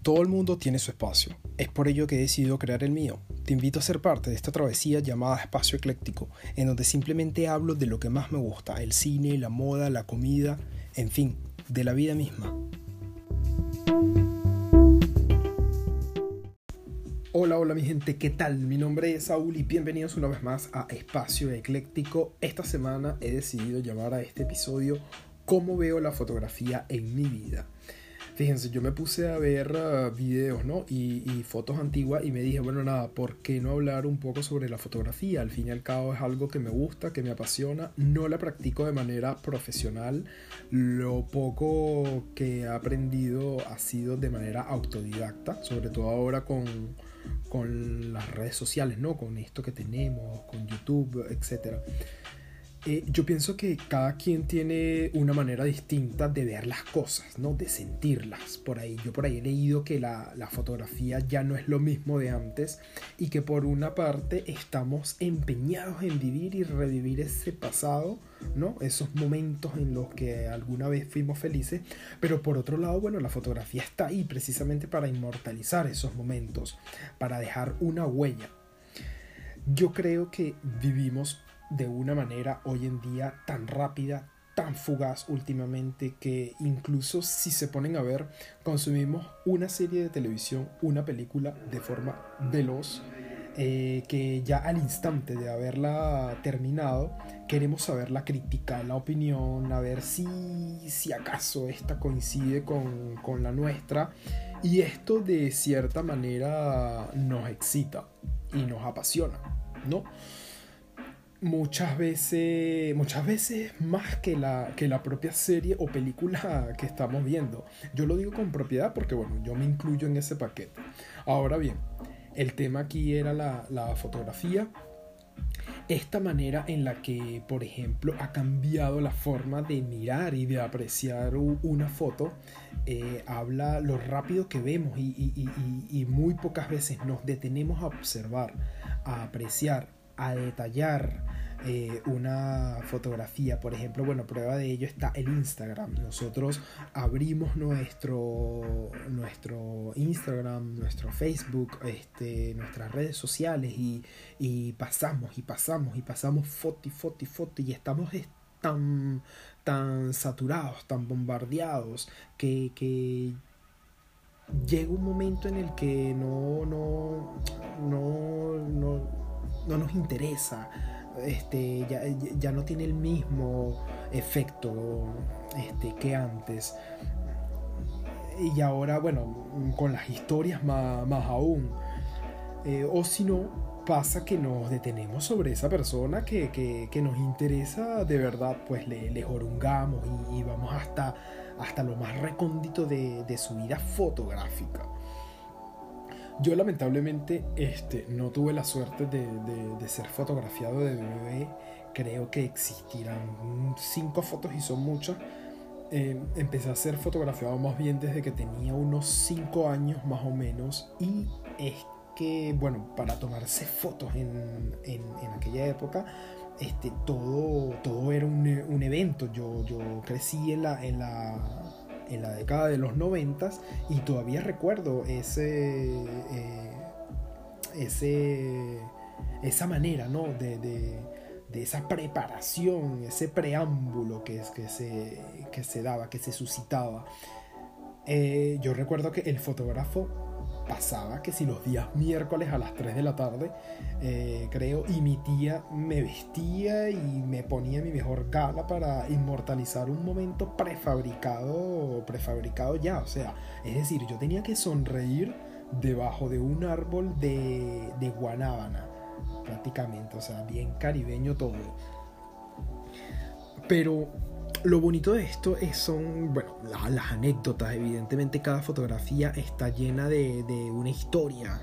Todo el mundo tiene su espacio. Es por ello que he decidido crear el mío. Te invito a ser parte de esta travesía llamada Espacio Ecléctico, en donde simplemente hablo de lo que más me gusta, el cine, la moda, la comida, en fin, de la vida misma. Hola mi gente, ¿qué tal? Mi nombre es Saúl y bienvenidos una vez más a Espacio Ecléctico. Esta semana he decidido llamar a este episodio ¿Cómo veo la fotografía en mi vida? Fíjense, yo me puse a ver videos, ¿no? y fotos antiguas y me dije, bueno, nada, ¿por qué no hablar un poco sobre la fotografía? Al fin y al cabo es algo que me gusta, que me apasiona. No la practico de manera profesional. Lo poco que he aprendido ha sido de manera autodidacta, sobre todo ahora con las redes sociales, ¿no? Con esto que tenemos, con YouTube, etcétera. Yo pienso que cada quien tiene una manera distinta de ver las cosas, ¿no? De sentirlas. Yo por ahí he leído que la fotografía ya no es lo mismo de antes y que por una parte estamos empeñados en vivir y revivir ese pasado, ¿no? Esos momentos en los que alguna vez fuimos felices, pero por otro lado, bueno, la fotografía está ahí precisamente para inmortalizar esos momentos, para dejar una huella. Yo creo que vivimos de una manera hoy en día tan rápida, tan fugaz últimamente, que incluso si se ponen a ver, consumimos una serie de televisión, una película de forma veloz, que ya al instante de haberla terminado queremos saber la crítica, la opinión, a ver si acaso esta coincide con la nuestra, y esto de cierta manera nos excita y nos apasiona, ¿no? Muchas veces más que la propia serie o película que estamos viendo. Yo lo digo con propiedad porque, bueno, yo me incluyo en ese paquete. Ahora bien, el tema aquí era la fotografía. Esta manera en la que, por ejemplo, ha cambiado la forma de mirar y de apreciar una foto, habla lo rápido que vemos y muy pocas veces nos detenemos a observar, a apreciar, a detallar una fotografía. Por ejemplo, bueno, prueba de ello está el Instagram. Nosotros abrimos nuestro Instagram, nuestro Facebook, nuestras redes sociales y pasamos foto y estamos tan saturados, tan bombardeados que llega un momento en el que no nos interesa, ya no tiene el mismo efecto que antes. Y ahora, bueno, con las historias más aún, o si no, pasa que nos detenemos sobre esa persona que nos interesa de verdad, pues le jorungamos y vamos hasta lo más recóndito de su vida fotográfica. Yo lamentablemente no tuve la suerte de ser fotografiado de bebé. Creo que existirán 5 fotos y son muchas. Empecé a ser fotografiado más bien desde que tenía unos 5 años más o menos. Y es que, bueno, para tomarse fotos en aquella época, todo era un evento. Yo crecí en la década de los 90 y todavía recuerdo esa manera, ¿no? de esa preparación, ese preámbulo que se daba, que se suscitaba. Yo recuerdo que el fotógrafo pasaba que si los días miércoles a las 3 de la tarde, creo, y mi tía me vestía y me ponía mi mejor gala para inmortalizar un momento prefabricado ya, o sea, es decir, yo tenía que sonreír debajo de un árbol de guanábana, prácticamente, o sea, bien caribeño todo. Pero lo bonito de esto son, bueno, las anécdotas. Evidentemente cada fotografía está llena de una historia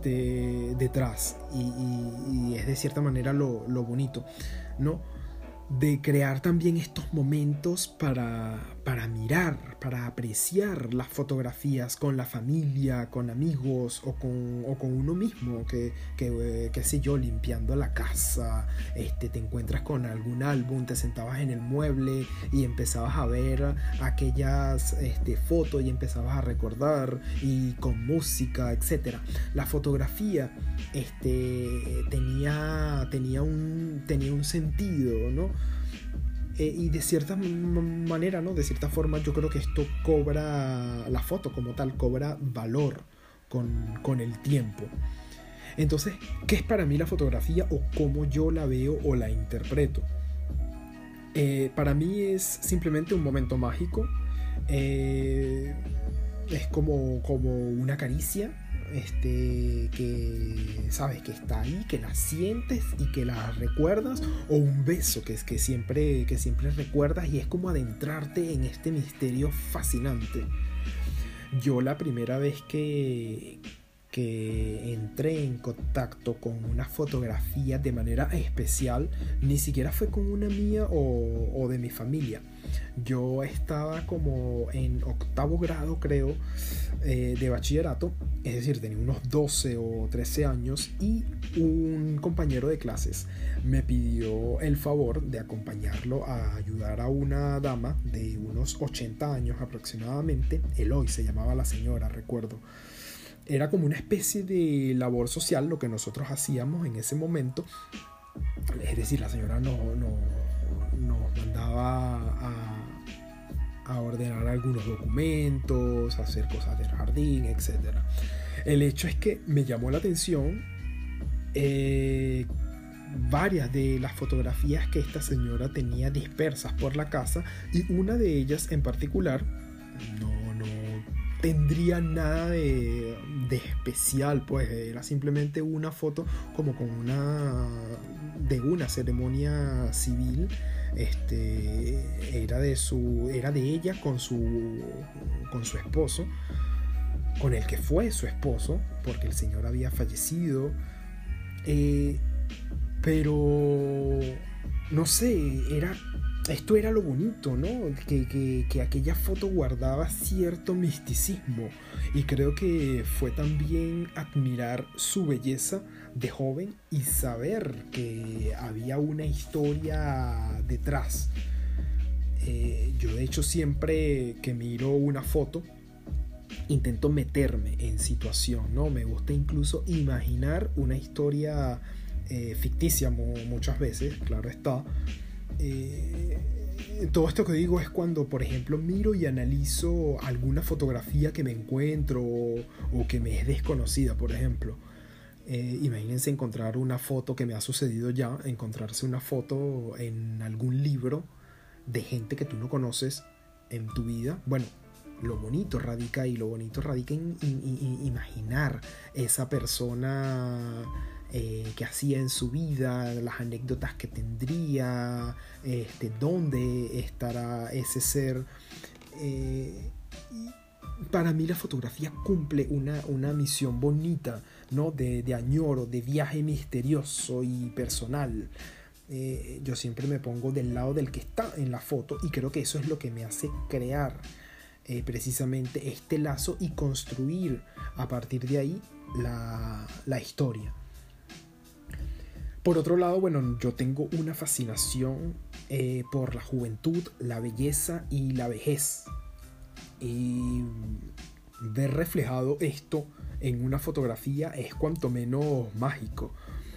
detrás y es de cierta manera lo bonito, ¿no? de crear también estos momentos para mirar, para apreciar las fotografías con la familia, con amigos o con uno mismo, qué sé yo, limpiando la casa, te encuentras con algún álbum, te sentabas en el mueble y empezabas a ver aquellas fotos y empezabas a recordar y con música, etcétera. La fotografía tenía un sentido, ¿no? Y de cierta manera, ¿no? De cierta forma, yo creo que esto cobra, la foto como tal, cobra valor con el tiempo. Entonces, ¿qué es para mí la fotografía o cómo yo la veo o la interpreto? Para mí es simplemente un momento mágico. Es como una caricia, que sabes que está ahí, que la sientes y que la recuerdas, o un beso que siempre recuerdas, y es como adentrarte en este misterio fascinante. Yo la primera vez que entré en contacto con una fotografía de manera especial, ni siquiera fue con una mía o de mi familia. Yo estaba como en octavo grado, creo, de bachillerato, es decir, tenía unos 12 o 13 años, y un compañero de clases me pidió el favor de acompañarlo a ayudar a una dama de unos 80 años aproximadamente. Eloy se llamaba la señora, recuerdo. Era como una especie de labor social lo que nosotros hacíamos en ese momento. Es decir, la señora nos mandaba a ordenar algunos documentos, a hacer cosas del jardín, etc. El hecho es que me llamó la atención varias de las fotografías que esta señora tenía dispersas por la casa, y una de ellas en particular no tendría nada de especial, pues era simplemente una foto como de una ceremonia civil. Era de ella con su esposo, con el que fue su esposo, porque el señor había fallecido. Pero no sé, esto era lo bonito, ¿no? Que aquella foto guardaba cierto misticismo, y creo que fue también admirar su belleza de joven y saber que había una historia detrás. Yo de hecho siempre que miro una foto intento meterme en situación, ¿no? Me gusta incluso imaginar una historia ficticia muchas veces, claro está. Todo esto que digo es cuando, por ejemplo, miro y analizo alguna fotografía que me encuentro o que me es desconocida, por ejemplo. Imagínense encontrar una foto, que me ha sucedido ya, encontrarse una foto en algún libro de gente que tú no conoces en tu vida. Bueno, lo bonito radica en imaginar esa persona, que hacía en su vida, las anécdotas que tendría, dónde estará ese ser. Para mí la fotografía cumple una misión bonita, ¿no? De añoro, de viaje misterioso y personal. Yo siempre me pongo del lado del que está en la foto, y creo que eso es lo que me hace crear precisamente este lazo y construir a partir de ahí la historia. Por otro lado, bueno, yo tengo una fascinación por la juventud, la belleza y la vejez. Y ver reflejado esto en una fotografía es cuanto menos mágico.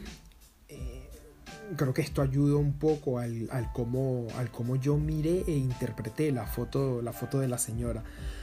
Creo que esto ayuda un poco al cómo yo miré e interpreté la foto de la señora.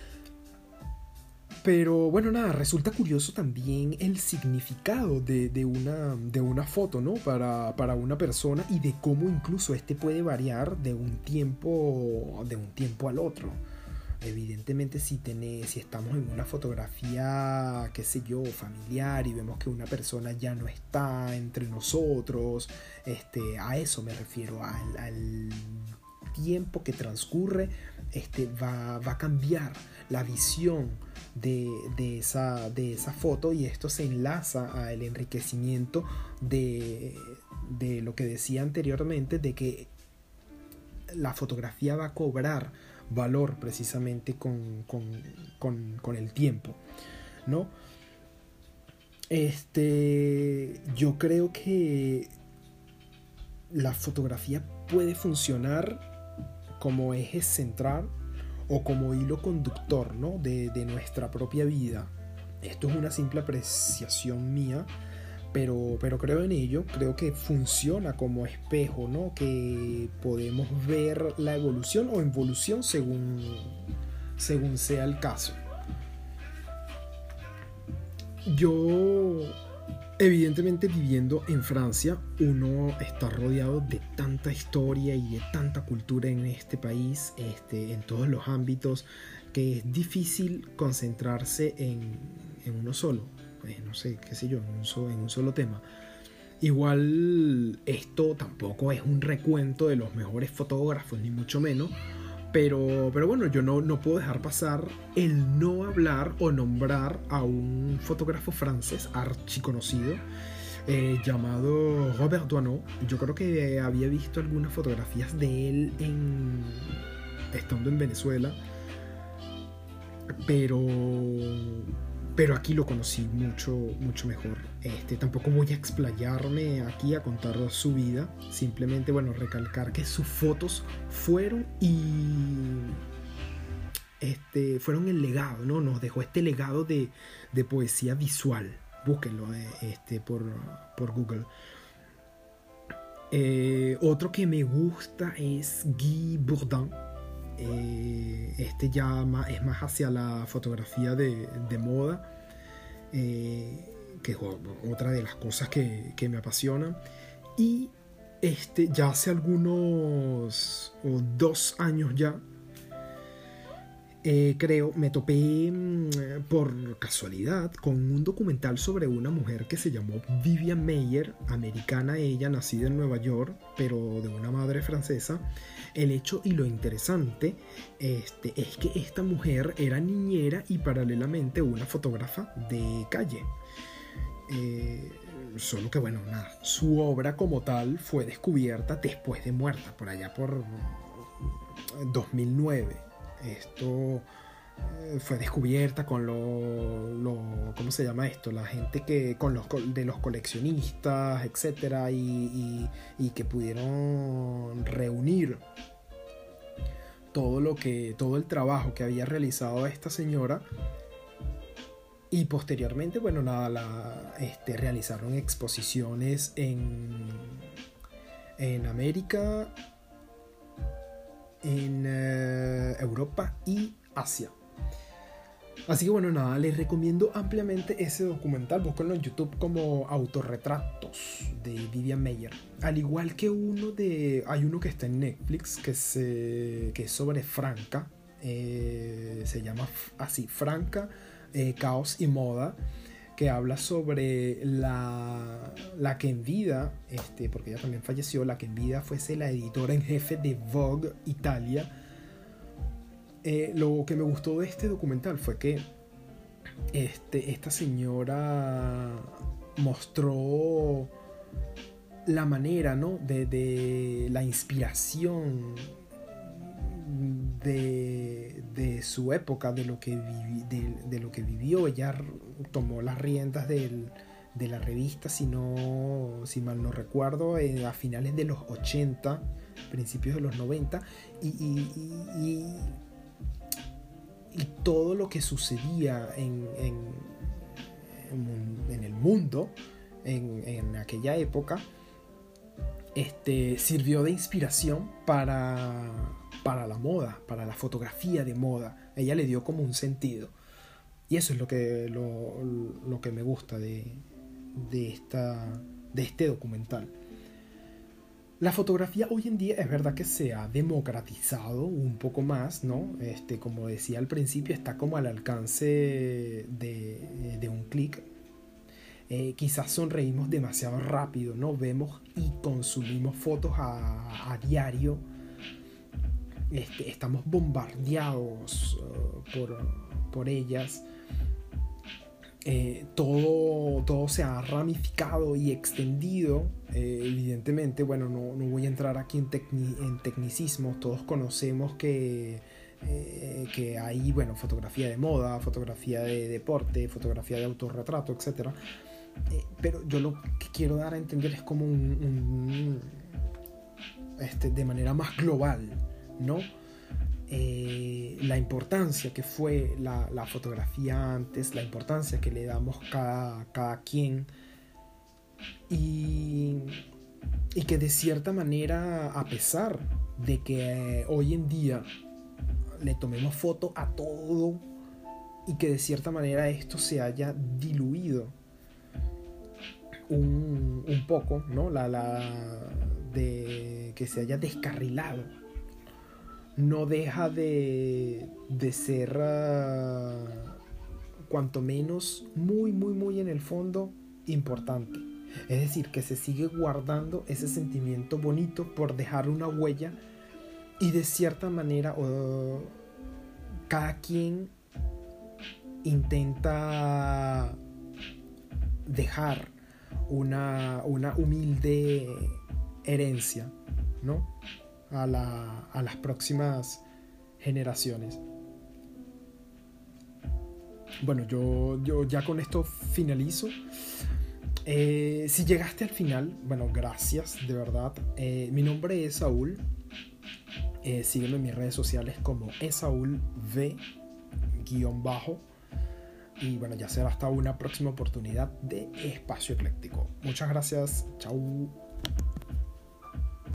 Pero bueno, nada, resulta curioso también el significado de una foto, ¿no? Para una persona, y de cómo incluso puede variar de un tiempo al otro. Evidentemente, si estamos en una fotografía, qué sé yo, familiar, y vemos que una persona ya no está entre nosotros, a eso me refiero, al tiempo que transcurre, va a cambiar la visión de esa foto, y esto se enlaza al enriquecimiento de lo que decía anteriormente, de que la fotografía va a cobrar valor precisamente con el tiempo, ¿no? Yo creo que la fotografía puede funcionar como eje central o como hilo conductor, ¿no? de nuestra propia vida. Esto es una simple apreciación mía, pero creo en ello. Creo que funciona como espejo, ¿no? Que podemos ver la evolución o involución según sea el caso. Yo, evidentemente, viviendo en Francia, uno está rodeado de tanta historia y de tanta cultura en este país, en todos los ámbitos, que es difícil concentrarse en uno solo. No sé, qué sé yo, en un solo tema. Igual esto tampoco es un recuento de los mejores fotógrafos, ni mucho menos. Pero bueno, yo no puedo dejar pasar el no hablar o nombrar a un fotógrafo francés archiconocido llamado Robert Doisneau. Yo creo que había visto algunas fotografías de él estando en Venezuela, pero aquí lo conocí mucho mejor. Tampoco voy a explayarme aquí a contar su vida, simplemente, bueno, recalcar que sus fotos fueron fueron el legado, ¿no? Nos dejó este legado de poesía visual. Búsquenlo por Google. Otro que me gusta es Guy Bourdin. Ya es más hacia la fotografía de moda, que es otra de las cosas que me apasionan. Y ya hace algunos 2 años ya, creo, me topé por casualidad con un documental sobre una mujer que se llamó Vivian Maier, americana ella, nacida en Nueva York, pero de una madre francesa. El hecho y lo interesante es que esta mujer era niñera y paralelamente una fotógrafa de calle. Solo que bueno, nada, su obra como tal fue descubierta después de muerta, por allá por 2009. Esto fue descubierta con ¿cómo se llama esto? La gente de los coleccionistas, etcétera, y que pudieron reunir todo el trabajo que había realizado esta señora. Y posteriormente, bueno, nada, realizaron exposiciones en América, en Europa y Asia. Así que bueno, nada, les recomiendo ampliamente ese documental. Búsquenlo en YouTube como Autorretratos de Vivian Maier. Al igual que hay uno que está en Netflix que es sobre Franca. Se llama así, Franca, Caos y Moda, que habla sobre la que en vida, porque ella también falleció, la que en vida fuese la editora en jefe de Vogue Italia. Lo que me gustó de este documental fue que esta señora mostró la manera, ¿no? de la inspiración de su época, de lo que vivió. Ella tomó las riendas de la revista, si mal no recuerdo, a finales de los 80, principios de los 90, y todo lo que sucedía en el mundo en aquella época sirvió de inspiración para la moda, para la fotografía de moda. Ella le dio como un sentido, y eso es lo que me gusta de este documental. La fotografía hoy en día es verdad que se ha democratizado un poco más, ¿no? Como decía al principio, está como al alcance de un clic. Quizás sonreímos demasiado rápido, ¿no? Vemos y consumimos fotos a diario. Estamos bombardeados por ellas. todo se ha ramificado y extendido. Evidentemente, bueno, no voy a entrar aquí en tecnicismos. Todos conocemos que hay, bueno, fotografía de moda, fotografía de deporte, fotografía de autorretrato, etcétera. Pero yo lo que quiero dar a entender es como de manera más global, ¿no? La importancia que fue la fotografía antes, la importancia que le damos cada quien, y que de cierta manera, a pesar de que hoy en día le tomemos foto a todo, y que de cierta manera esto se haya diluido un poco, ¿no? De que se haya descarrilado, no deja de ser, cuanto menos, muy en el fondo, importante. Es decir, que se sigue guardando ese sentimiento bonito por dejar una huella, y de cierta manera cada quien intenta dejar una humilde herencia, ¿no? A las próximas generaciones. Bueno, yo ya con esto finalizo. Si llegaste al final, bueno, gracias, de verdad. Mi nombre es Saúl. Sígueme en mis redes sociales como esaulv_. Y bueno, ya será hasta una próxima oportunidad de Espacio Ecléctico. Muchas gracias. Chau.